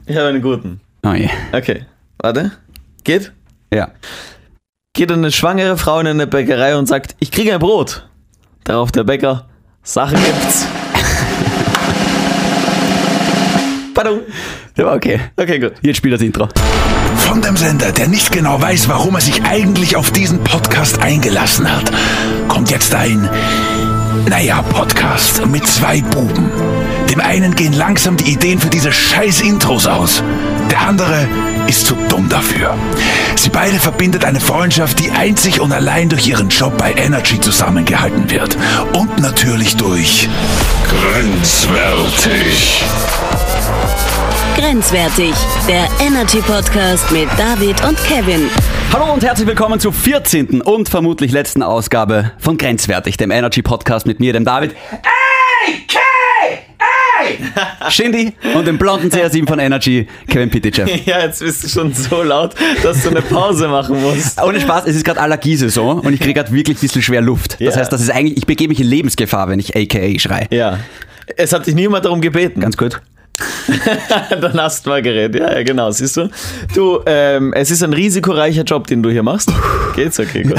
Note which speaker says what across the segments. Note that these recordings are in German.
Speaker 1: Ich habe einen guten.
Speaker 2: Oh je.
Speaker 1: Okay, warte. Geht?
Speaker 2: Ja.
Speaker 1: Geht eine schwangere Frau in eine Bäckerei und sagt, ich kriege ein Brot. Darauf der Bäcker, Sachen gibt's. Pardon.
Speaker 2: Ja, okay.
Speaker 1: Okay, gut.
Speaker 2: Jetzt spielt das Intro.
Speaker 3: Von dem Sender, der nicht genau weiß, warum er sich eigentlich auf diesen Podcast eingelassen hat, kommt jetzt ein, Podcast mit zwei Buben. Dem einen gehen langsam die Ideen für diese scheiß Intros aus. Der andere ist zu dumm dafür. Sie beide verbindet eine Freundschaft, die einzig und allein durch ihren Job bei Energy zusammengehalten wird. Und natürlich durch Grenzwertig.
Speaker 4: Grenzwertig, der Energy Podcast mit David und Kevin.
Speaker 2: Hallo und herzlich willkommen zur 14. und vermutlich letzten Ausgabe von Grenzwertig, dem Energy Podcast mit mir, dem David. Shindy und dem blonden CR7 von Energy, Kevin Pitychev.
Speaker 1: Ja, jetzt bist du schon so laut, dass du eine Pause machen musst.
Speaker 2: Ohne Spaß, es ist gerade Allergiesaison und ich kriege gerade wirklich ein bisschen schwer Luft. Das heißt, das ist eigentlich, ich begebe mich in Lebensgefahr, wenn ich AKA schrei.
Speaker 1: Ja, es hat dich niemand darum gebeten.
Speaker 2: Ganz gut.
Speaker 1: Dein Asthma-Gerät, ja, genau, siehst du. Du, es ist ein risikoreicher Job, den du hier machst. Geht's? Okay, gut.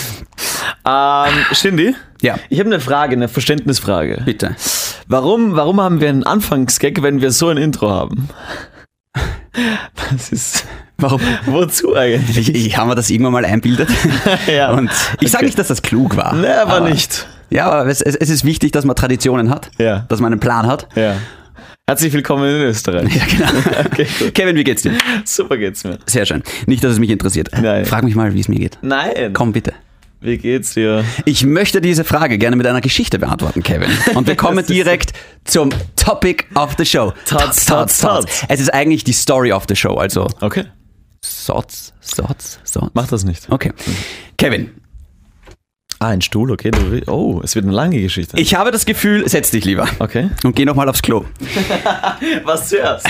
Speaker 1: Shindy?
Speaker 2: Ja.
Speaker 1: Ich habe eine Frage, eine Verständnisfrage.
Speaker 2: Bitte.
Speaker 1: Warum haben wir einen Anfangsgag, wenn wir so ein Intro haben? Das ist...
Speaker 2: Warum?
Speaker 1: Wozu eigentlich?
Speaker 2: Ich habe mir das irgendwann mal einbildet.
Speaker 1: Ja.
Speaker 2: Und ich sage nicht, dass das klug war.
Speaker 1: Nee, aber nicht.
Speaker 2: Ja, aber es ist wichtig, dass man Traditionen hat.
Speaker 1: Ja.
Speaker 2: Dass man einen Plan hat.
Speaker 1: Ja. Herzlich willkommen in Österreich.
Speaker 2: Ja, genau.
Speaker 1: Okay, gut.
Speaker 2: Kevin, wie geht's dir?
Speaker 1: Super geht's mir.
Speaker 2: Sehr schön. Nicht, dass es mich interessiert.
Speaker 1: Nein.
Speaker 2: Frag mich mal, wie es mir geht.
Speaker 1: Nein.
Speaker 2: Komm, bitte.
Speaker 1: Wie geht's dir?
Speaker 2: Ich möchte diese Frage gerne mit einer Geschichte beantworten, Kevin. Und wir kommen direkt zum Topic of the Show.
Speaker 1: Tots.
Speaker 2: Es ist eigentlich die Story of the Show, also
Speaker 1: Okay.
Speaker 2: Sots.
Speaker 1: Mach das nicht.
Speaker 2: Okay. Kevin,
Speaker 1: Ein Stuhl, okay. Oh, es wird eine lange Geschichte.
Speaker 2: ich habe das Gefühl, setz dich lieber
Speaker 1: Okay.
Speaker 2: und geh nochmal aufs Klo.
Speaker 1: Was zuerst?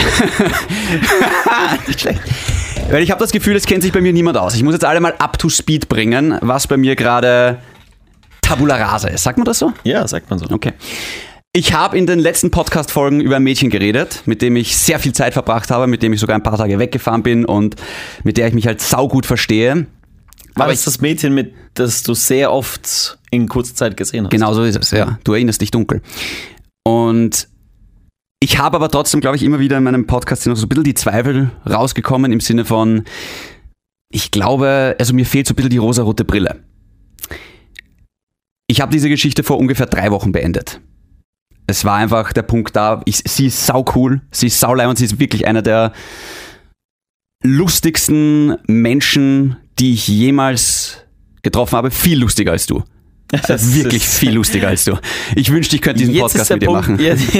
Speaker 2: Nicht schlecht. Weil ich habe das Gefühl, es kennt sich bei mir niemand aus. Ich muss jetzt alle mal up to speed bringen, was bei mir gerade Tabula Rasa ist. Sagt man das so?
Speaker 1: Ja, sagt man so.
Speaker 2: Okay. Ich habe in den letzten Podcast-Folgen über ein Mädchen geredet, mit dem ich sehr viel Zeit verbracht habe, mit dem ich sogar ein paar Tage weggefahren bin und mit der ich mich halt saugut verstehe.
Speaker 1: War
Speaker 2: Aber
Speaker 1: das das Mädchen, mit das du sehr oft in kurzer Zeit gesehen hast?
Speaker 2: Genau so ist es, ja. Du erinnerst dich dunkel. Und ich habe aber trotzdem, glaube ich, immer wieder in meinem Podcast noch so ein bisschen die Zweifel rausgekommen im Sinne von, ich glaube, also mir fehlt so ein bisschen die rosarote Brille. Ich habe diese Geschichte vor ungefähr 3 Wochen beendet. Es war einfach der Punkt da, sie ist sau cool, sie ist sau leibend, sie ist wirklich einer der lustigsten Menschen, die ich jemals getroffen habe. Viel lustiger als du. Also wirklich viel lustiger als du. Ich wünschte, ich könnte diesen Podcast mit dir machen.
Speaker 1: Jetzt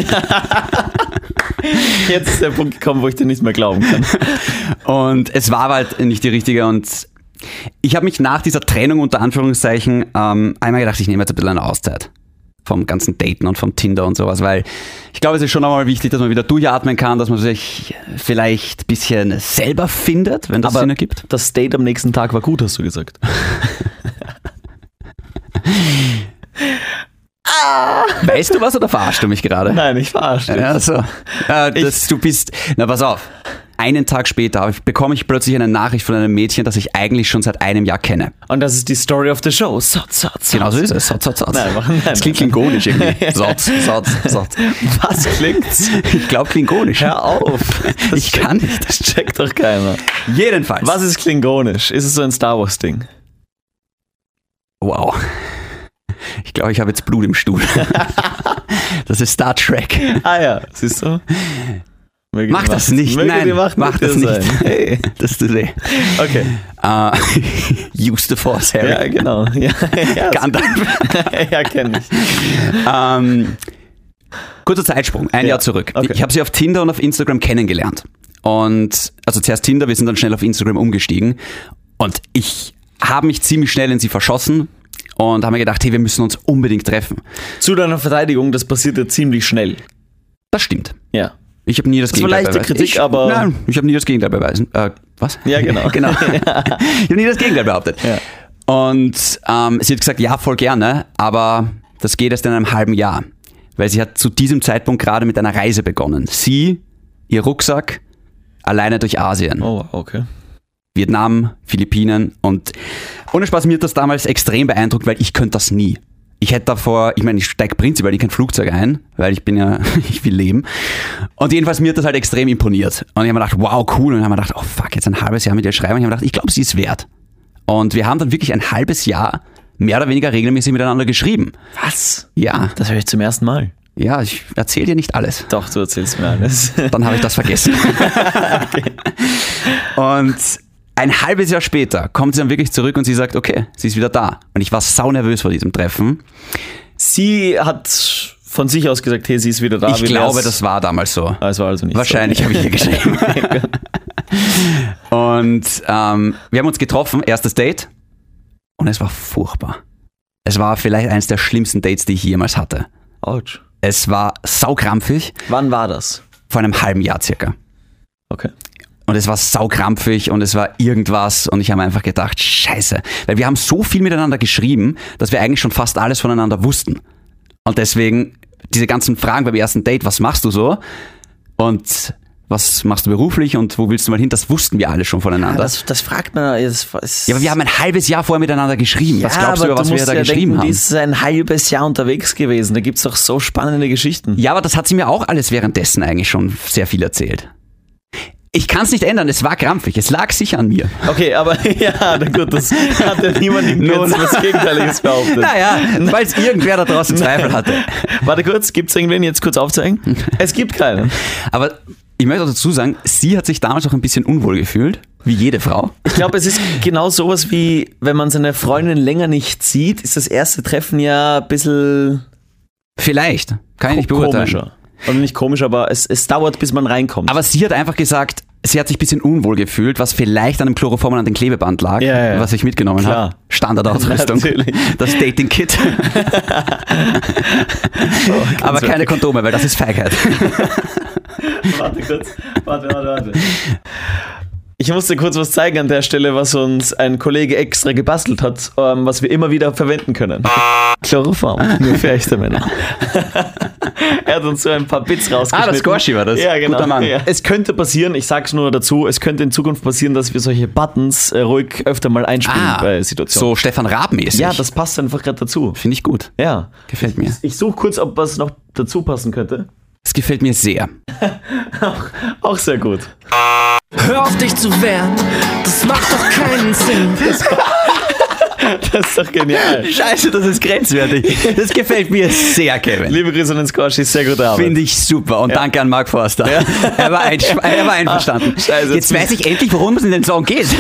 Speaker 1: ist der Punkt gekommen, wo ich dir nicht mehr glauben kann.
Speaker 2: Und es war halt nicht die richtige. Und ich habe mich nach dieser Trennung unter Anführungszeichen einmal gedacht, ich nehme jetzt ein bisschen eine Auszeit vom ganzen Daten und vom Tinder und sowas, weil ich glaube, es ist schon einmal wichtig, dass man wieder durchatmen kann, dass man sich vielleicht ein bisschen selber findet, wenn das Sinn ergibt.
Speaker 1: Das Date am nächsten Tag war gut, hast du gesagt.
Speaker 2: Weißt du was oder verarschst du mich gerade?
Speaker 1: Nein, ich verarsche dich.
Speaker 2: Ja, so. Du bist, na pass auf, einen Tag später bekomme ich plötzlich eine Nachricht von einem Mädchen, das ich eigentlich schon seit einem Jahr kenne.
Speaker 1: Und das ist die Story of the show.
Speaker 2: Genau so ist es. Sots.
Speaker 1: Nein,
Speaker 2: das klingt klingonisch irgendwie. Sots.
Speaker 1: Was klingt's?
Speaker 2: Ich glaube klingonisch.
Speaker 1: Hör auf.
Speaker 2: Ich kann nicht.
Speaker 1: Das checkt doch keiner.
Speaker 2: Jedenfalls.
Speaker 1: Was ist klingonisch? Ist es so ein Star Wars Ding?
Speaker 2: Wow. Ich glaube, ich habe jetzt Blut im Stuhl. Das ist Star Trek.
Speaker 1: Ah ja, siehst du?
Speaker 2: Mach das nicht. Nein, mach das nicht.
Speaker 1: Hey.
Speaker 2: Das ist eh.
Speaker 1: Okay.
Speaker 2: Use the Force, Harry.
Speaker 1: Ja, genau. Ja,
Speaker 2: Gandalf.
Speaker 1: Ja, kenn ich.
Speaker 2: Kurzer Zeitsprung, ein Jahr zurück.
Speaker 1: Okay.
Speaker 2: Ich habe sie auf Tinder und auf Instagram kennengelernt. Und also zuerst Tinder, wir sind dann schnell auf Instagram umgestiegen. Und ich habe mich ziemlich schnell in sie verschossen und habe mir gedacht, hey, wir müssen uns unbedingt treffen.
Speaker 1: Zu deiner Verteidigung, das passiert ja ziemlich schnell.
Speaker 2: Das stimmt.
Speaker 1: Ja.
Speaker 2: Ich habe nie das Gegenteil
Speaker 1: leichte
Speaker 2: beweisen.
Speaker 1: Kritik, aber...
Speaker 2: Nein, ich habe nie das Gegenteil beweisen. Was?
Speaker 1: Ja, genau.
Speaker 2: Genau. Ich habe nie das Gegenteil behauptet.
Speaker 1: Ja.
Speaker 2: Und sie hat gesagt, ja, voll gerne, aber das geht erst in einem halben Jahr. Weil sie hat zu diesem Zeitpunkt gerade mit einer Reise begonnen. Sie, ihr Rucksack, alleine durch Asien.
Speaker 1: Oh, okay.
Speaker 2: Vietnam, Philippinen und ohne Spaß, mir hat das damals extrem beeindruckt, weil ich könnte das nie. Ich hätte davor, ich steige prinzipiell in kein Flugzeug ein, weil ich will leben. Und jedenfalls mir hat das halt extrem imponiert. Und ich habe mir gedacht, wow, cool. Und ich habe mir gedacht, oh fuck, jetzt ein halbes Jahr mit ihr schreiben. Und ich habe mir gedacht, ich glaube, sie ist wert. Und wir haben dann wirklich ein halbes Jahr mehr oder weniger regelmäßig miteinander geschrieben.
Speaker 1: Was?
Speaker 2: Ja.
Speaker 1: Das höre ich zum ersten Mal.
Speaker 2: Ja, ich erzähle dir nicht alles.
Speaker 1: Doch, du erzählst mir alles.
Speaker 2: Dann habe ich das vergessen. Okay. Und ein halbes Jahr später kommt sie dann wirklich zurück und sie sagt, okay, sie ist wieder da. Und ich war saunervös vor diesem Treffen.
Speaker 1: Sie hat von sich aus gesagt, hey, sie ist wieder da.
Speaker 2: Ich glaube, das war damals so.
Speaker 1: Es war also nicht
Speaker 2: Wahrscheinlich
Speaker 1: so.
Speaker 2: habe ich ihr geschrieben. Und wir haben uns getroffen, erstes Date. Und es war furchtbar. Es war vielleicht eines der schlimmsten Dates, die ich jemals hatte.
Speaker 1: Autsch.
Speaker 2: Es war saukrampfig.
Speaker 1: Wann war das?
Speaker 2: Vor einem halben Jahr circa.
Speaker 1: Okay.
Speaker 2: Und es war saukrampfig und es war irgendwas und ich habe mir einfach gedacht, scheiße. Weil wir haben so viel miteinander geschrieben, dass wir eigentlich schon fast alles voneinander wussten. Und deswegen diese ganzen Fragen beim ersten Date, was machst du so? Und was machst du beruflich und wo willst du mal hin? Das wussten wir alle schon voneinander.
Speaker 1: Ja, das fragt man.
Speaker 2: Ja, aber wir haben ein halbes Jahr vorher miteinander geschrieben. Was glaubst du, über was wir da geschrieben haben?
Speaker 1: Die ist ein halbes Jahr unterwegs gewesen. Da gibt es doch so spannende Geschichten.
Speaker 2: Ja, aber das hat sie mir auch alles währenddessen eigentlich schon sehr viel erzählt. Ich kann es nicht ändern, es war krampfig, es lag sicher an mir.
Speaker 1: Okay, aber ja, gut, das hat ja niemand im Netz was Gegenteiliges behauptet.
Speaker 2: Naja, weil es irgendwer da draußen Zweifel hatte.
Speaker 1: Warte kurz, gibt es irgendwen jetzt kurz aufzeigen? Es gibt keinen.
Speaker 2: Aber ich möchte auch dazu sagen, sie hat sich damals auch ein bisschen unwohl gefühlt, wie jede Frau.
Speaker 1: Ich glaube, es ist genau sowas wie, wenn man seine Freundin länger nicht sieht, ist das erste Treffen ja ein bisschen...
Speaker 2: Vielleicht, kann ich nicht beurteilen.
Speaker 1: Komischer. Also nicht komisch, aber es dauert, bis man reinkommt.
Speaker 2: Aber sie hat einfach gesagt, sie hat sich ein bisschen unwohl gefühlt, was vielleicht an dem Chloroform und an dem Klebeband lag, was ich mitgenommen habe. Standardausrüstung. Das Dating-Kit. Aber keine Kondome, weil das ist Feigheit.
Speaker 1: Warte kurz. Warte. Ich musste kurz was zeigen an der Stelle, was uns ein Kollege extra gebastelt hat, was wir immer wieder verwenden können. Chloroform, nur für echte Männer. Er hat uns so ein paar Bits rausgeschnitten.
Speaker 2: Das Squashy war das.
Speaker 1: Ja, genau.
Speaker 2: Guter Mann.
Speaker 1: Ja. Es könnte passieren, ich sag's nur dazu, es könnte in Zukunft passieren, dass wir solche Buttons ruhig öfter mal einspielen bei Situationen.
Speaker 2: So Stefan Raab-mäßig.
Speaker 1: Ja, das passt einfach gerade dazu.
Speaker 2: Finde ich gut.
Speaker 1: Ja.
Speaker 2: Gefällt mir.
Speaker 1: Ich suche kurz, ob was noch dazu passen könnte.
Speaker 2: Es gefällt mir sehr.
Speaker 1: Auch sehr gut.
Speaker 5: Hör auf dich zu wehren, das macht doch keinen Sinn.
Speaker 1: Das ist doch genial.
Speaker 2: Scheiße, das ist grenzwertig. Das gefällt mir sehr, Kevin.
Speaker 1: Liebe Grüße an den Squashy, sehr gute Arbeit.
Speaker 2: Finde ich super und danke an Mark Forster. Ja. Er war einverstanden.
Speaker 1: Scheiße,
Speaker 2: jetzt weiß ich endlich, worum es in den Song geht.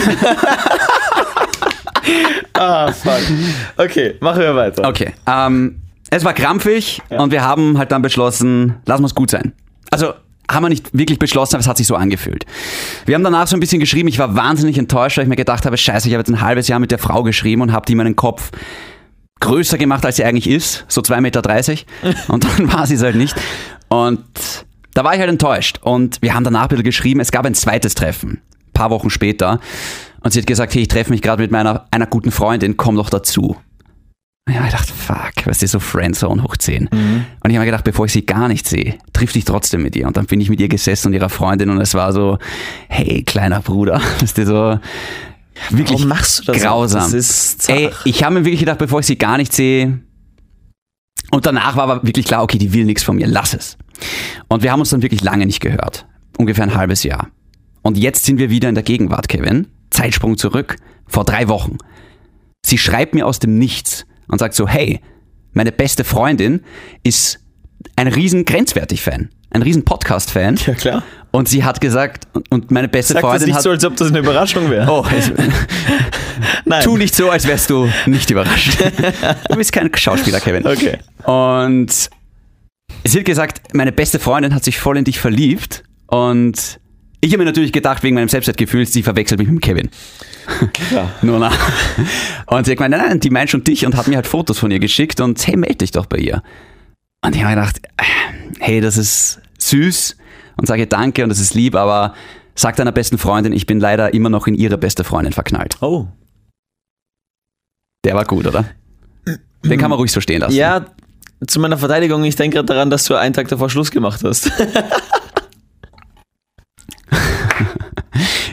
Speaker 1: Fuck. Okay, machen wir weiter.
Speaker 2: Okay, es war krampfig und wir haben halt dann beschlossen, lassen wir es gut sein. Also haben wir nicht wirklich beschlossen, aber es hat sich so angefühlt. Wir haben danach so ein bisschen geschrieben, ich war wahnsinnig enttäuscht, weil ich mir gedacht habe, scheiße, ich habe jetzt ein halbes Jahr mit der Frau geschrieben und habe die in meinen Kopf größer gemacht, als sie eigentlich ist, so 2,30 Meter. Und dann war sie es halt nicht. Und da war ich halt enttäuscht. Und wir haben danach ein bisschen geschrieben, es gab ein zweites Treffen, ein paar Wochen später. Und sie hat gesagt, hey, ich treffe mich gerade mit einer guten Freundin, komm doch dazu. Und ich habe mir gedacht, fuck, weißt du, so Friendzone hoch 10. Und ich habe mir gedacht, bevor ich sie gar nicht sehe, triff dich trotzdem mit ihr. Und dann bin ich mit ihr gesessen und ihrer Freundin und es war so, hey, kleiner Bruder, weißt du, so wirklich
Speaker 1: Warum machst du das
Speaker 2: grausam.
Speaker 1: Das ist zart.
Speaker 2: Ey, ich habe mir wirklich gedacht, bevor ich sie gar nicht sehe, und danach war aber wirklich klar, okay, die will nichts von mir, lass es. Und wir haben uns dann wirklich lange nicht gehört. Ungefähr ein halbes Jahr. Und jetzt sind wir wieder in der Gegenwart, Kevin. Zeitsprung zurück, vor 3 Wochen. Sie schreibt mir aus dem Nichts und sagt so, hey, meine beste Freundin ist ein riesen Grenzwertig-Fan, ein riesen Podcast-Fan.
Speaker 1: Ja, klar.
Speaker 2: Und sie hat gesagt, und meine beste
Speaker 1: Sag
Speaker 2: Freundin
Speaker 1: das nicht
Speaker 2: hat...
Speaker 1: so, als ob das eine Überraschung wäre.
Speaker 2: Oh,
Speaker 1: Nein.
Speaker 2: tu nicht so, als wärst du nicht überrascht. Du bist kein Schauspieler, Kevin.
Speaker 1: Okay.
Speaker 2: Und sie hat gesagt, meine beste Freundin hat sich voll in dich verliebt und ich habe mir natürlich gedacht, wegen meinem Selbstwertgefühl, sie verwechselt mich mit dem Kevin.
Speaker 1: Ja.
Speaker 2: Nur nach. Und sie hat gemeint, nein, die meint schon dich und hat mir halt Fotos von ihr geschickt und hey, melde dich doch bei ihr. Und ich habe mir gedacht, hey, das ist süß und sage danke und das ist lieb, aber sag deiner besten Freundin, ich bin leider immer noch in ihre beste Freundin verknallt.
Speaker 1: Oh.
Speaker 2: Der war gut, oder? Den kann man ruhig so stehen lassen.
Speaker 1: Ja, zu meiner Verteidigung, ich denke gerade daran, dass du einen Tag davor Schluss gemacht hast.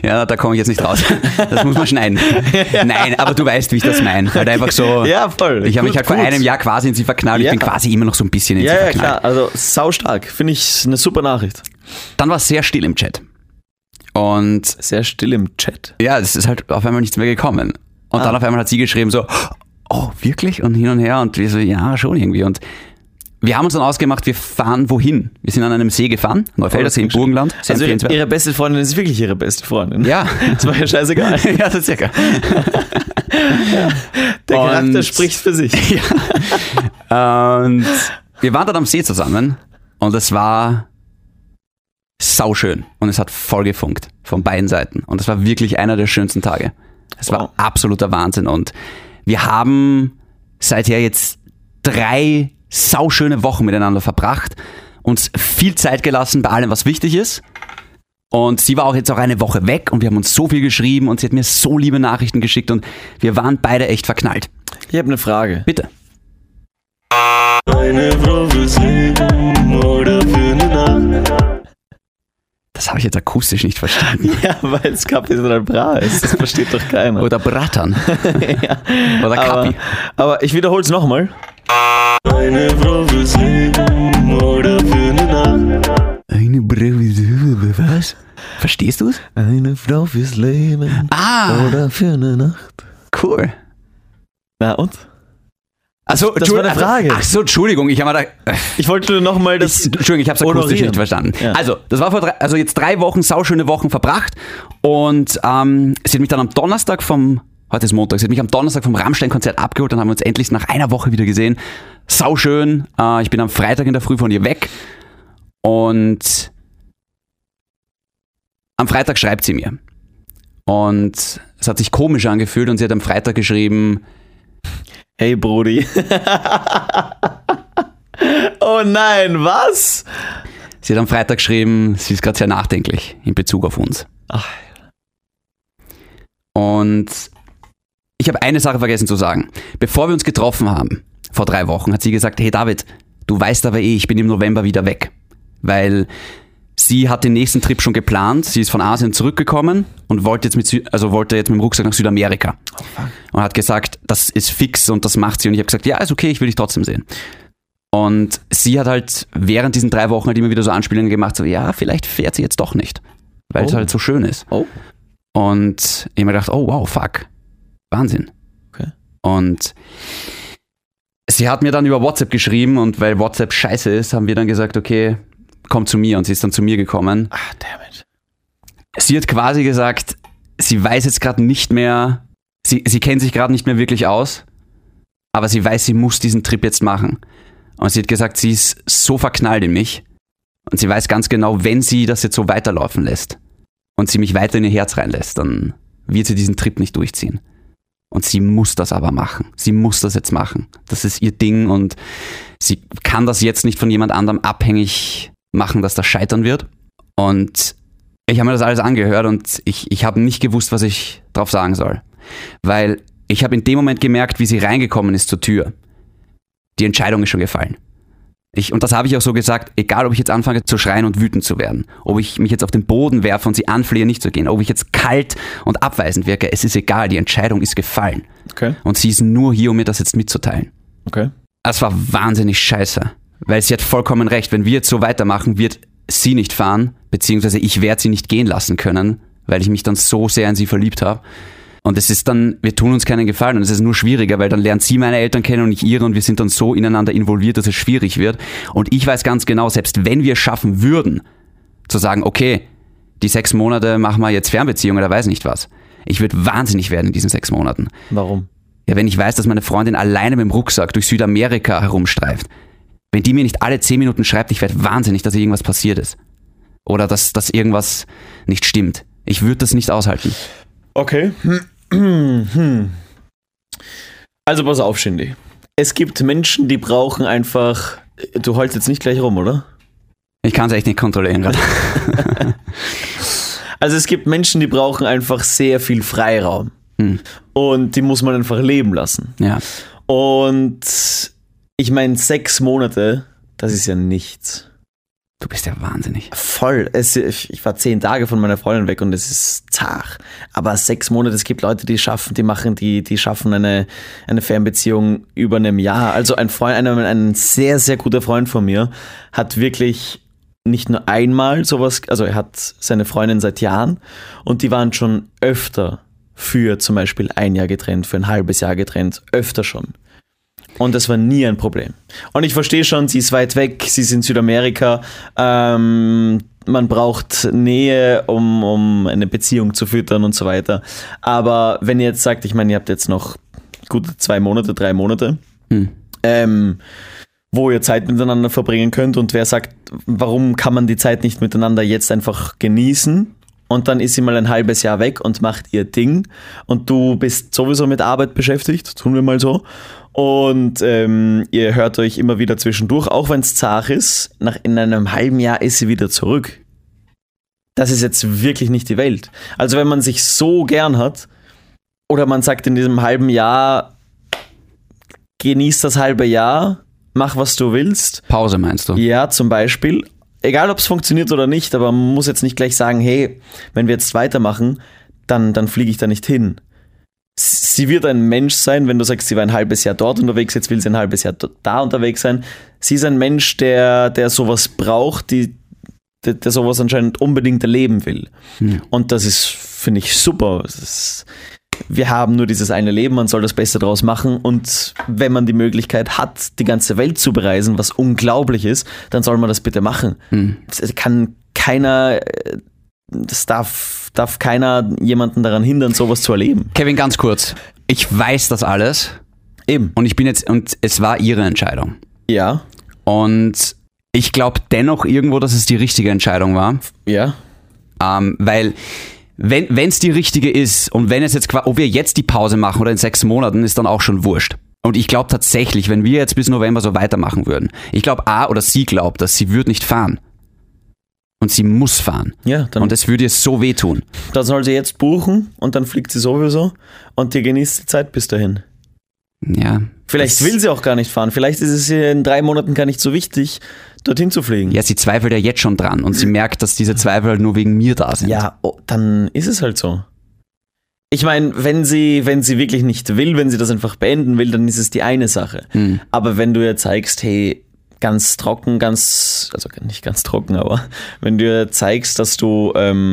Speaker 2: Ja, da komme ich jetzt nicht raus. Das muss man schneiden. Nein, aber du weißt, wie ich das meine. Halt einfach so.
Speaker 1: Ja, voll.
Speaker 2: Ich habe mich halt vor einem Jahr quasi in sie verknallt. Ich bin quasi immer noch so ein bisschen in sie verknallt.
Speaker 1: Ja, klar. Also saustark. Finde ich eine super Nachricht.
Speaker 2: Dann war es sehr still im Chat. Und
Speaker 1: sehr still im Chat.
Speaker 2: ja, es ist halt auf einmal nichts mehr gekommen. Und dann auf einmal hat sie geschrieben so, oh, wirklich? Und hin und her. Und wir so, ja, schon irgendwie. Und wir haben uns dann ausgemacht, wir fahren wohin? Wir sind an einem See gefahren, Neufeldersee im Burgenland.
Speaker 1: Also ihre beste Freundin ist wirklich ihre beste Freundin.
Speaker 2: Ja.
Speaker 1: Das war ja scheißegal.
Speaker 2: Ja, das ist ja geil.
Speaker 1: Der Charakter spricht für sich.
Speaker 2: Ja. Und wir waren dann am See zusammen und es war sauschön und es hat voll gefunkt von beiden Seiten und es war wirklich einer der schönsten Tage. Es war absoluter Wahnsinn und wir haben seither jetzt 3 sauschöne Wochen miteinander verbracht, uns viel Zeit gelassen bei allem, was wichtig ist. Und sie war auch jetzt auch eine Woche weg und wir haben uns so viel geschrieben und sie hat mir so liebe Nachrichten geschickt und wir waren beide echt verknallt.
Speaker 1: Ich habe eine Frage.
Speaker 2: Bitte.
Speaker 6: Eine Frau fürs Leben oder für eine Nacht.
Speaker 2: Das habe ich jetzt akustisch nicht verstanden.
Speaker 1: Ja, weil es Kapital Bra ist. Das versteht doch keiner.
Speaker 2: Oder Bratan.
Speaker 1: Ja.
Speaker 2: Oder Kapi.
Speaker 1: Aber ich wiederhole es nochmal.
Speaker 6: Eine Frau fürs Leben oder für eine Nacht.
Speaker 2: Eine Brille, was? Verstehst du es?
Speaker 1: Eine Frau fürs Leben oder für eine Nacht.
Speaker 2: Cool.
Speaker 1: Na und?
Speaker 2: Also,
Speaker 1: das war eine Frage.
Speaker 2: Ach so, Entschuldigung, ich habe
Speaker 1: Ich wollte nur nochmal das.
Speaker 2: Entschuldigung, ich habe es akustisch
Speaker 1: honorieren.
Speaker 2: nicht verstanden.
Speaker 1: Ja.
Speaker 2: Also, das war jetzt 3 Wochen, sauschöne Wochen verbracht und sie hat mich dann am Donnerstag heute ist Montag, sie hat mich am Donnerstag vom Rammstein-Konzert abgeholt, dann haben wir uns endlich nach einer Woche wieder gesehen. Sauschön. Ich bin am Freitag in der Früh von ihr weg und am Freitag schreibt sie mir. Und es hat sich komisch angefühlt und sie hat am Freitag geschrieben,
Speaker 1: Hey Brudi. Oh nein, was?
Speaker 2: sie hat am Freitag geschrieben, sie ist gerade sehr nachdenklich in Bezug auf uns.
Speaker 1: Ach.
Speaker 2: Und ich habe eine Sache vergessen zu sagen. Bevor wir uns getroffen haben, vor 3 Wochen, hat sie gesagt, hey David, du weißt aber ich bin im November wieder weg. Weil sie hat den nächsten Trip schon geplant. Sie ist von Asien zurückgekommen und wollte jetzt mit dem Rucksack nach Südamerika.
Speaker 1: Oh, fuck.
Speaker 2: Und hat gesagt, das ist fix und das macht sie. Und ich habe gesagt, ja, ist okay, ich will dich trotzdem sehen. Und sie hat halt während diesen 3 Wochen halt immer wieder so Anspielungen gemacht, so ja, vielleicht fährt sie jetzt doch nicht. Weil es halt so schön ist.
Speaker 1: Oh.
Speaker 2: Und ich habe mir gedacht, oh wow, fuck. Wahnsinn.
Speaker 1: Okay.
Speaker 2: Und sie hat mir dann über WhatsApp geschrieben und weil WhatsApp scheiße ist, haben wir dann gesagt, okay, komm zu mir und sie ist dann zu mir gekommen.
Speaker 1: Ah, damn it.
Speaker 2: Sie hat quasi gesagt, sie weiß jetzt gerade nicht mehr, sie kennt sich gerade nicht mehr wirklich aus, aber sie weiß, sie muss diesen Trip jetzt machen. Und sie hat gesagt, sie ist so verknallt in mich und sie weiß ganz genau, wenn sie das jetzt so weiterlaufen lässt und sie mich weiter in ihr Herz reinlässt, dann wird sie diesen Trip nicht durchziehen. Und sie muss das aber machen. Sie muss das jetzt machen. Das ist ihr Ding und sie kann das jetzt nicht von jemand anderem abhängig machen, dass das scheitern wird. Und ich habe mir das alles angehört und ich habe nicht gewusst, was ich drauf sagen soll. Weil ich habe in dem Moment gemerkt, wie sie reingekommen ist zur Tür. Die Entscheidung ist schon gefallen. Und das habe ich auch so gesagt, egal ob ich jetzt anfange zu schreien und wütend zu werden, ob ich mich jetzt auf den Boden werfe und sie anflehe, nicht zu gehen, ob ich jetzt kalt und abweisend wirke, es ist egal, die Entscheidung ist gefallen.
Speaker 1: Okay.
Speaker 2: Und sie ist nur hier, um mir das jetzt mitzuteilen.
Speaker 1: Okay.
Speaker 2: Das war wahnsinnig scheiße, weil sie hat vollkommen recht, wenn wir jetzt so weitermachen, wird sie nicht fahren, beziehungsweise ich werde sie nicht gehen lassen können, weil ich mich dann so sehr in sie verliebt habe. Und es ist dann, wir tun uns keinen Gefallen und es ist nur schwieriger, weil dann lernt sie meine Eltern kennen und ich ihre und wir sind dann so ineinander involviert, dass es schwierig wird. Und ich weiß ganz genau, selbst wenn wir es schaffen würden, zu sagen, okay, die 6 Monate machen wir jetzt Fernbeziehung oder weiß nicht was. Ich würde wahnsinnig werden in diesen 6 Monaten.
Speaker 1: Warum?
Speaker 2: Ja, wenn ich weiß, dass meine Freundin alleine mit dem Rucksack durch Südamerika herumstreift. Wenn die mir nicht alle 10 Minuten schreibt, ich werde wahnsinnig, dass irgendwas passiert ist. Oder dass irgendwas nicht stimmt. Ich würde das nicht aushalten.
Speaker 1: Okay. Also pass auf, Shindy. Es gibt Menschen, die brauchen einfach... Du heulst jetzt nicht gleich rum, oder?
Speaker 2: Ich kann es echt nicht kontrollieren gerade.
Speaker 1: Also es gibt Menschen, die brauchen einfach sehr viel Freiraum. Und die muss man einfach leben lassen.
Speaker 2: Ja.
Speaker 1: Und ich meine, 6 Monate, das ist ja nichts.
Speaker 2: Du bist ja wahnsinnig.
Speaker 1: Voll. Ich war 10 Tage von meiner Freundin weg und es ist zart. Aber 6 Monate, es gibt Leute, die schaffen eine Fernbeziehung über einem Jahr. Also ein sehr, sehr guter Freund von mir hat wirklich nicht nur einmal sowas, also er hat seine Freundin seit Jahren und die waren schon öfter für zum Beispiel 1 Jahr getrennt, für ein halbes Jahr getrennt, öfter schon. Und das war nie ein Problem. Und ich verstehe schon, sie ist weit weg, sie ist in Südamerika, man braucht Nähe, um eine Beziehung zu füttern und so weiter. Aber wenn ihr jetzt sagt, ich meine, ihr habt jetzt noch gute 2 Monate, 3 Monate, wo ihr Zeit miteinander verbringen könnt und wer sagt, warum kann man die Zeit nicht miteinander jetzt einfach genießen? Und dann ist sie mal ein halbes Jahr weg und macht ihr Ding und du bist sowieso mit Arbeit beschäftigt, tun wir mal so. Und ihr hört euch immer wieder zwischendurch, auch wenn es zart ist, in einem halben Jahr ist sie wieder zurück. Das ist jetzt wirklich nicht die Welt. Also wenn man sich so gern hat oder man sagt in diesem halben Jahr, genieß das halbe Jahr, mach was du willst.
Speaker 2: Pause meinst du?
Speaker 1: Ja, zum Beispiel. Egal, ob es funktioniert oder nicht, aber man muss jetzt nicht gleich sagen, hey, wenn wir jetzt weitermachen, dann fliege ich da nicht hin. Sie wird ein Mensch sein, wenn du sagst, sie war ein halbes Jahr dort unterwegs, jetzt will sie ein halbes Jahr da unterwegs sein. Sie ist ein Mensch, der sowas braucht, der sowas anscheinend unbedingt erleben will. Und das ist, finde ich, super. Wir haben nur dieses eine Leben, man soll das Beste draus machen und wenn man die Möglichkeit hat, die ganze Welt zu bereisen, was unglaublich ist, dann soll man das bitte machen. Das darf keiner jemanden daran hindern, sowas zu erleben.
Speaker 2: Kevin, ganz kurz. Ich weiß das alles.
Speaker 1: Eben.
Speaker 2: Und und es war ihre Entscheidung.
Speaker 1: Ja.
Speaker 2: Und ich glaube dennoch irgendwo, dass es die richtige Entscheidung war.
Speaker 1: Ja.
Speaker 2: Weil wenn es die richtige ist und wenn es jetzt, ob wir jetzt die Pause machen oder in 6 Monaten, ist dann auch schon wurscht. Und ich glaube tatsächlich, wenn wir jetzt bis November so weitermachen würden, ich glaube sie glaubt, dass sie wird nicht fahren. Und sie muss fahren.
Speaker 1: Ja,
Speaker 2: und es würde ihr so wehtun.
Speaker 1: Dann soll sie jetzt buchen und dann fliegt sie sowieso und die genießt die Zeit bis dahin.
Speaker 2: Ja.
Speaker 1: Vielleicht will sie auch gar nicht fahren. Vielleicht ist es ihr in 3 Monaten gar nicht so wichtig, dorthin zu fliegen.
Speaker 2: Ja, sie zweifelt ja jetzt schon dran und sie merkt, dass diese Zweifel halt nur wegen mir da sind.
Speaker 1: Ja, dann ist es halt so. Ich meine, wenn sie wirklich nicht will, wenn sie das einfach beenden will, dann ist es die eine Sache. Aber wenn du ihr zeigst, hey, ganz trocken, also nicht ganz trocken, aber wenn du ihr zeigst, dass du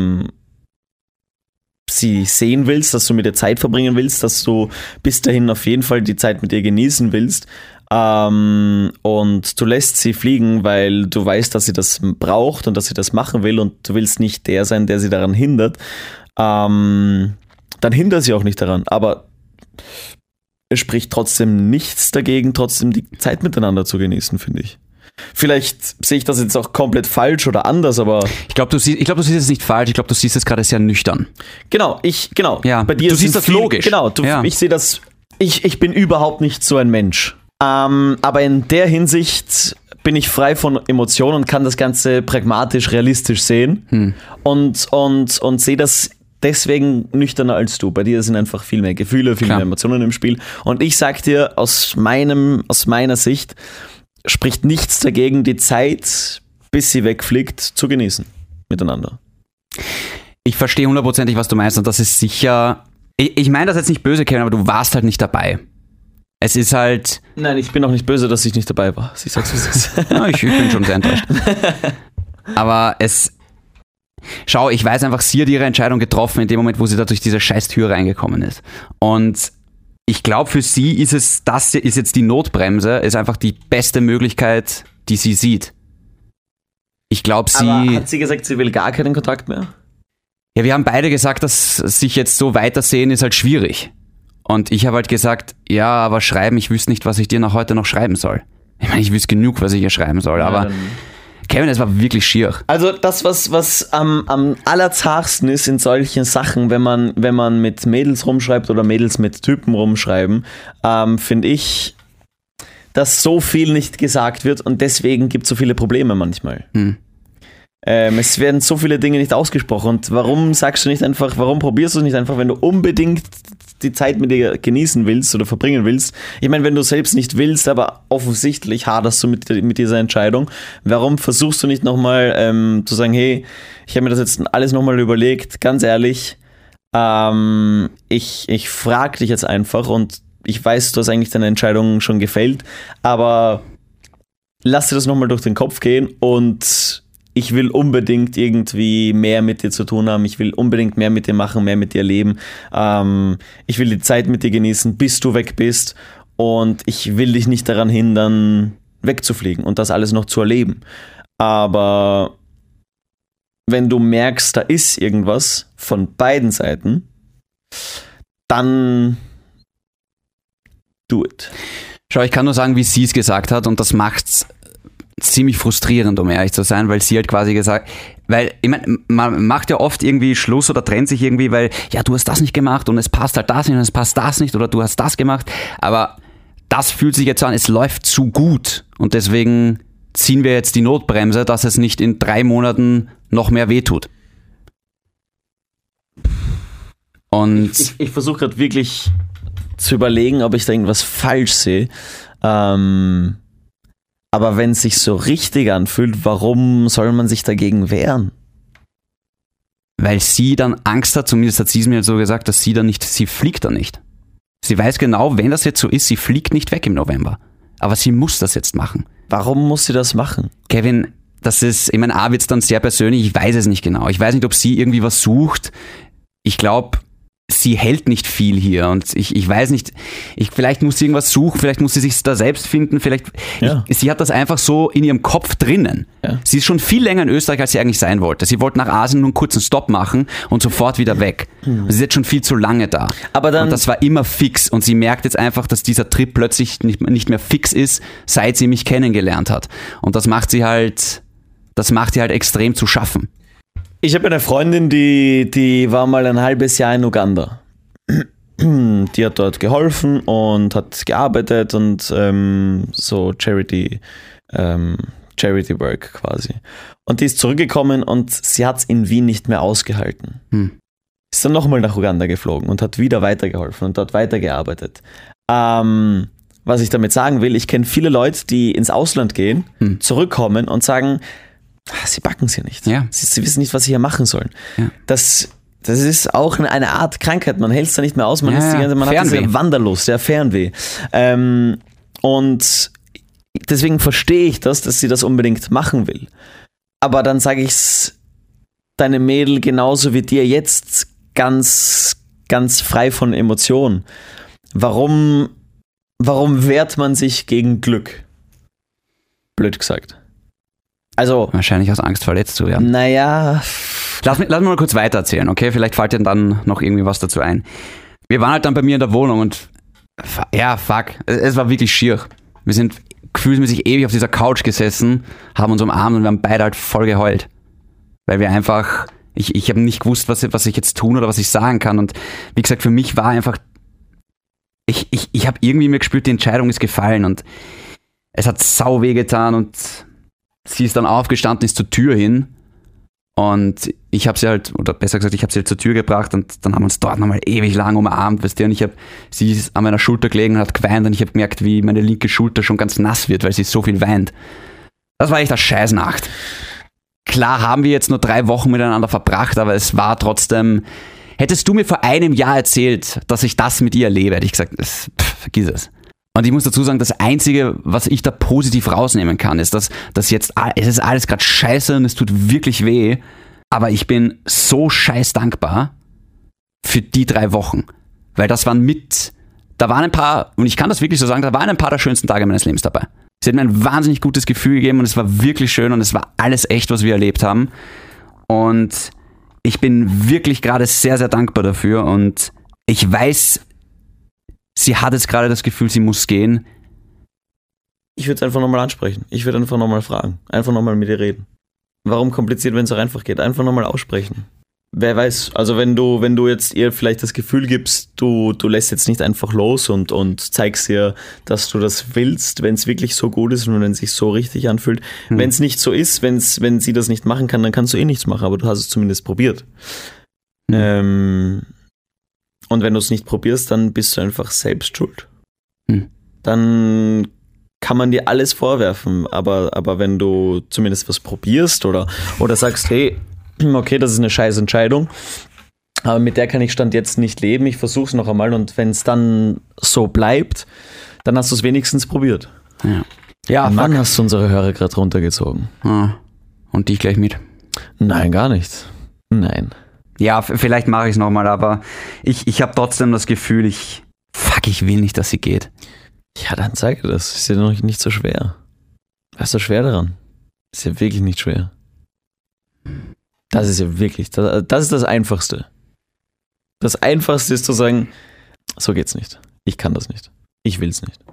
Speaker 1: sie sehen willst, dass du mit ihr Zeit verbringen willst, dass du bis dahin auf jeden Fall die Zeit mit ihr genießen willst und du lässt sie fliegen, weil du weißt, dass sie das braucht und dass sie das machen will und du willst nicht der sein, der sie daran hindert, dann hindert sie auch nicht daran, aber es spricht trotzdem nichts dagegen, trotzdem die Zeit miteinander zu genießen, finde ich. Vielleicht sehe ich das jetzt auch komplett falsch oder anders, aber...
Speaker 2: Ich glaube, du siehst es nicht falsch, ich glaube, du siehst es gerade sehr nüchtern.
Speaker 1: Genau.
Speaker 2: Ja,
Speaker 1: bei dir
Speaker 2: du siehst das logisch.
Speaker 1: Genau, ich sehe das... Ich bin überhaupt nicht so ein Mensch. Aber in der Hinsicht bin ich frei von Emotionen und kann das Ganze pragmatisch, realistisch sehen und sehe das deswegen nüchterner als du. Bei dir sind einfach viel mehr Gefühle, viel mehr Emotionen im Spiel. Und ich sag dir, aus meiner Sicht spricht nichts dagegen, die Zeit, bis sie wegfliegt, zu genießen miteinander.
Speaker 2: Ich verstehe 100%, was du meinst und das ist sicher... Ich meine das jetzt nicht böse, Kevin, aber du warst halt nicht dabei. Es ist halt...
Speaker 1: Nein, ich bin auch nicht böse, dass ich nicht dabei war. Ich sag's, wie es ist.
Speaker 2: Ja, ich bin schon sehr enttäuscht. Aber Schau, ich weiß einfach, sie hat ihre Entscheidung getroffen in dem Moment, wo sie da durch diese scheiß Tür reingekommen ist. Und ich glaube, für sie das ist jetzt die Notbremse, ist einfach die beste Möglichkeit, die sie sieht. Ich glaube,
Speaker 1: Aber hat sie gesagt, sie will gar keinen Kontakt mehr?
Speaker 2: Ja, wir haben beide gesagt, dass sich jetzt so weitersehen ist halt schwierig. Und ich habe halt gesagt, ja, aber schreiben, ich wüsste nicht, was ich dir heute noch schreiben soll. Ich meine, ich wüsste genug, was ich ihr schreiben soll, aber... Kevin, es war wirklich schier.
Speaker 1: Also das, was am allerzartsten ist in solchen Sachen, wenn man mit Mädels rumschreibt oder Mädels mit Typen rumschreiben, finde ich, dass so viel nicht gesagt wird und deswegen gibt es so viele Probleme manchmal. Es werden so viele Dinge nicht ausgesprochen. Und warum sagst du nicht einfach, warum probierst du es nicht einfach, wenn du unbedingt die Zeit mit dir genießen willst oder verbringen willst? Ich meine, wenn du selbst nicht willst, aber offensichtlich haderst du mit dieser Entscheidung, warum versuchst du nicht nochmal zu sagen, hey, ich habe mir das jetzt alles nochmal überlegt, ganz ehrlich, ich frage dich jetzt einfach und ich weiß, du hast eigentlich deine Entscheidung schon gefällt, aber lass dir das nochmal durch den Kopf gehen und ich will unbedingt irgendwie mehr mit dir zu tun haben. Ich will unbedingt mehr mit dir machen, mehr mit dir leben. Ich will die Zeit mit dir genießen, bis du weg bist. Und ich will dich nicht daran hindern, wegzufliegen und das alles noch zu erleben. Aber wenn du merkst, da ist irgendwas von beiden Seiten, dann do it.
Speaker 2: Schau, ich kann nur sagen, wie sie es gesagt hat und das macht's ziemlich frustrierend, um ehrlich zu sein, weil sie halt quasi gesagt, weil, ich meine, man macht ja oft irgendwie Schluss oder trennt sich irgendwie, weil, ja, du hast das nicht gemacht und es passt halt das nicht und es passt das nicht oder du hast das gemacht, aber das fühlt sich jetzt so an, es läuft zu gut und deswegen ziehen wir jetzt die Notbremse, dass es nicht in 3 Monaten noch mehr wehtut. Und
Speaker 1: ich versuche gerade wirklich zu überlegen, ob ich da irgendwas falsch sehe. Aber wenn es sich so richtig anfühlt, warum soll man sich dagegen wehren?
Speaker 2: weil sie dann Angst hat, zumindest hat sie es mir so gesagt, dass sie fliegt dann nicht. Sie weiß genau, wenn das jetzt so ist, sie fliegt nicht weg im November. Aber sie muss das jetzt machen.
Speaker 1: Warum muss sie das machen?
Speaker 2: Kevin, das ist, ich meine, A, wird es dann sehr persönlich, ich weiß es nicht genau. Ich weiß nicht, ob sie irgendwie was sucht. Ich glaube, sie hält nicht viel hier und ich weiß nicht, vielleicht muss sie irgendwas suchen, vielleicht muss sie sich da selbst finden, sie hat das einfach so in ihrem Kopf drinnen. Ja. Sie ist schon viel länger in Österreich, als sie eigentlich sein wollte. Sie wollte nach Asien nur einen kurzen Stopp machen und sofort wieder weg. Sie ist jetzt schon viel zu lange da. Und das war immer fix und sie merkt jetzt einfach, dass dieser Trip plötzlich nicht mehr fix ist, seit sie mich kennengelernt hat. Und das macht ihr halt extrem zu schaffen.
Speaker 1: Ich habe eine Freundin, die war mal ein halbes Jahr in Uganda. Die hat dort geholfen und hat gearbeitet und so Charity Work quasi. Und die ist zurückgekommen und sie hat es in Wien nicht mehr ausgehalten. Ist dann nochmal nach Uganda geflogen und hat wieder weitergeholfen und dort weitergearbeitet. Was ich damit sagen will, ich kenne viele Leute, die ins Ausland gehen, zurückkommen und sagen, sie backen es hier nicht. Ja. Sie wissen nicht, was sie hier machen sollen. Ja. Das ist auch eine Art Krankheit. Man hält es da nicht mehr aus. Man hat diese Wanderlust, Fernweh. Und deswegen verstehe ich das, dass sie das unbedingt machen will. Aber dann sage ich es deinem Mädel genauso wie dir jetzt ganz, ganz frei von Emotionen. Warum wehrt man sich gegen Glück? Blöd gesagt. Also,
Speaker 2: wahrscheinlich aus Angst, verletzt zu werden.
Speaker 1: Naja.
Speaker 2: Lass mich mal kurz weiter erzählen, okay? Vielleicht fällt dir dann noch irgendwie was dazu ein. Wir waren halt dann bei mir in der Wohnung und es war wirklich schier. Wir sind gefühlsmäßig ewig auf dieser Couch gesessen, haben uns umarmt und wir haben beide halt voll geheult. Weil wir einfach, ich habe nicht gewusst, was ich jetzt tun oder was ich sagen kann. Und wie gesagt, für mich war einfach, ich habe irgendwie mir gespürt, die Entscheidung ist gefallen und es hat sau weh getan und sie ist dann aufgestanden, ist zur Tür hin und ich habe sie halt, oder besser gesagt, ich habe sie halt zur Tür gebracht und dann haben wir uns dort nochmal ewig lang umarmt, weißt du, und sie ist an meiner Schulter gelegen und hat geweint und ich habe gemerkt, wie meine linke Schulter schon ganz nass wird, weil sie so viel weint. Das war echt eine Scheißnacht. Klar haben wir jetzt nur 3 Wochen miteinander verbracht, aber es war trotzdem, hättest du mir vor einem Jahr erzählt, dass ich das mit ihr erlebe, hätte ich gesagt, vergiss es. Und ich muss dazu sagen, das Einzige, was ich da positiv rausnehmen kann, ist, dass jetzt, es ist alles gerade scheiße und es tut wirklich weh, aber ich bin so scheiß dankbar für die 3 Wochen. Weil da waren ein paar, und ich kann das wirklich so sagen, da waren ein paar der schönsten Tage meines Lebens dabei. Sie hat mir ein wahnsinnig gutes Gefühl gegeben und es war wirklich schön und es war alles echt, was wir erlebt haben. Und ich bin wirklich gerade sehr, sehr dankbar dafür und ich weiß, sie hat jetzt gerade das Gefühl, sie muss gehen.
Speaker 1: Ich würde es einfach nochmal ansprechen. Ich würde einfach nochmal fragen. Einfach nochmal mit ihr reden. Warum kompliziert, wenn es auch einfach geht? Einfach nochmal aussprechen. wer weiß, also wenn du jetzt ihr vielleicht das Gefühl gibst, du lässt jetzt nicht einfach los und zeigst ihr, dass du das willst, wenn es wirklich so gut ist und wenn es sich so richtig anfühlt. Wenn es nicht so ist, wenn sie das nicht machen kann, dann kannst du eh nichts machen, aber du hast es zumindest probiert. Und wenn du es nicht probierst, dann bist du einfach selbst schuld. Dann kann man dir alles vorwerfen, aber wenn du zumindest was probierst oder sagst, hey, okay, das ist eine scheiß Entscheidung, aber mit der kann ich Stand jetzt nicht leben, ich versuche es noch einmal und wenn es dann so bleibt, dann hast du es wenigstens probiert.
Speaker 2: Ja,
Speaker 1: Mann, hast du unsere Hörer gerade runtergezogen.
Speaker 2: Und dich gleich mit.
Speaker 1: Nein, gar nicht. Nein.
Speaker 2: Ja, vielleicht mache ich es nochmal, aber ich habe trotzdem das Gefühl, ich will nicht, dass sie geht.
Speaker 1: Ja, dann zeige das. Ist ja noch nicht so schwer. Was ist so schwer daran? Ist ja wirklich nicht schwer. Das ist ja wirklich, das ist das Einfachste. Das Einfachste ist zu sagen, so geht's nicht. Ich kann das nicht. Ich will's nicht.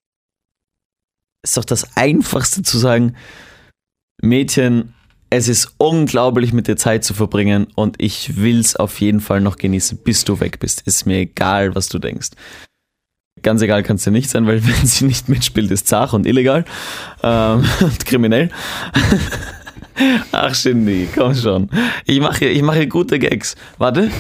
Speaker 1: Ist doch das Einfachste zu sagen, Mädchen, es ist unglaublich mit dir Zeit zu verbringen und ich will's auf jeden Fall noch genießen, bis du weg bist. Ist mir egal, was du denkst. Ganz egal kann es dir nicht sein, weil wenn sie nicht mitspielt, ist zart und illegal und kriminell. Ach, Shindy, komm schon. Ich mache gute Gags. Warte.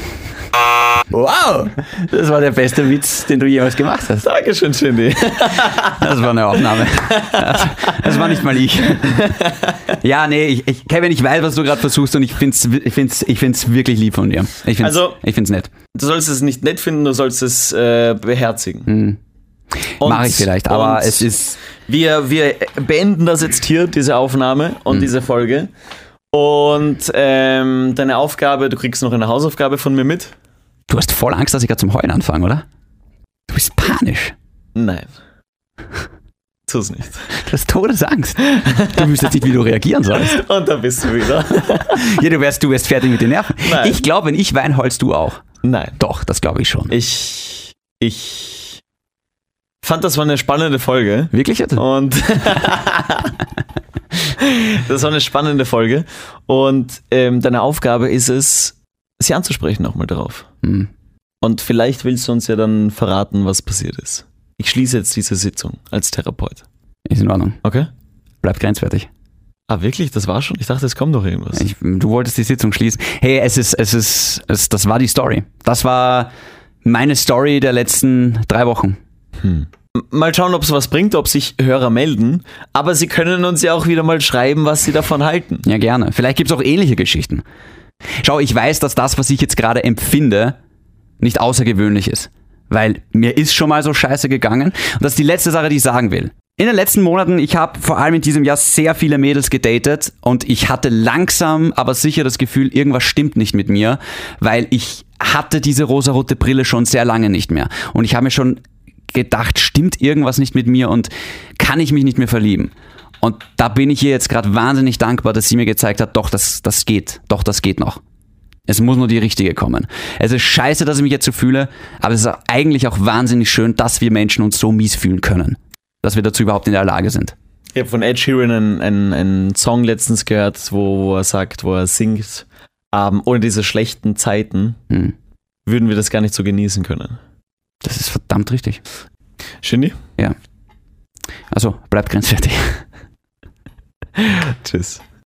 Speaker 2: Wow, das war der beste Witz, den du jemals gemacht hast.
Speaker 1: Dankeschön, Shindy.
Speaker 2: Das war eine Aufnahme. Das war nicht mal ich. Ja, nee, Kevin, ich weiß, was du gerade versuchst und ich find's wirklich lieb von dir. Ich find's nett.
Speaker 1: Du sollst es nicht nett finden, du sollst es beherzigen.
Speaker 2: Mache ich vielleicht, aber es ist...
Speaker 1: Wir beenden das jetzt hier, diese Aufnahme und diese Folge. Und deine Aufgabe, du kriegst noch eine Hausaufgabe von mir mit.
Speaker 2: Du hast voll Angst, dass ich gerade zum Heulen anfange, oder? Du bist panisch.
Speaker 1: Nein. Tu's nicht.
Speaker 2: Du hast Todesangst. Du wüsstest nicht, wie du reagieren sollst.
Speaker 1: Und da bist du wieder.
Speaker 2: Ja, du wärst fertig mit den Nerven.
Speaker 1: Nein.
Speaker 2: Ich glaube, wenn ich weine, heulst du auch.
Speaker 1: Nein.
Speaker 2: Doch, das glaube ich schon.
Speaker 1: Ich fand, das war eine spannende Folge.
Speaker 2: Wirklich jetzt?
Speaker 1: Und das war eine spannende Folge. Und deine Aufgabe ist es, sie anzusprechen nochmal drauf. Und vielleicht willst du uns ja dann verraten, was passiert ist. Ich schließe jetzt diese Sitzung als Therapeut.
Speaker 2: Ist in Ordnung.
Speaker 1: Okay?
Speaker 2: Bleibt grenzwertig.
Speaker 1: Ah, wirklich? Das war schon? Ich dachte, es kommt noch irgendwas.
Speaker 2: Du wolltest die Sitzung schließen. Hey, das war die Story. Das war meine Story der letzten 3 Wochen.
Speaker 1: Mal schauen, ob es was bringt, ob sich Hörer melden. Aber sie können uns ja auch wieder mal schreiben, was sie davon halten.
Speaker 2: Ja, gerne. Vielleicht gibt es auch ähnliche Geschichten. Schau, ich weiß, dass das, was ich jetzt gerade empfinde, nicht außergewöhnlich ist. Weil mir ist schon mal so scheiße gegangen. Und das ist die letzte Sache, die ich sagen will. In den letzten Monaten, ich habe vor allem in diesem Jahr sehr viele Mädels gedatet und ich hatte langsam, aber sicher das Gefühl, irgendwas stimmt nicht mit mir, weil ich hatte diese rosarote Brille schon sehr lange nicht mehr. Und ich habe mir schon gedacht, stimmt irgendwas nicht mit mir und kann ich mich nicht mehr verlieben? Und da bin ich ihr jetzt gerade wahnsinnig dankbar, dass sie mir gezeigt hat, doch, das geht. Doch, das geht noch. Es muss nur die richtige kommen. Es ist scheiße, dass ich mich jetzt so fühle, aber es ist eigentlich auch wahnsinnig schön, dass wir Menschen uns so mies fühlen können. Dass wir dazu überhaupt in der Lage sind.
Speaker 1: Ich habe von Ed Sheeran einen Song letztens gehört, wo er singt, ohne diese schlechten Zeiten würden wir das gar nicht so genießen können.
Speaker 2: Das ist verdammt richtig.
Speaker 1: Shindy?
Speaker 2: Ja. Also, bleibt grenzwertig.
Speaker 1: Tschüss.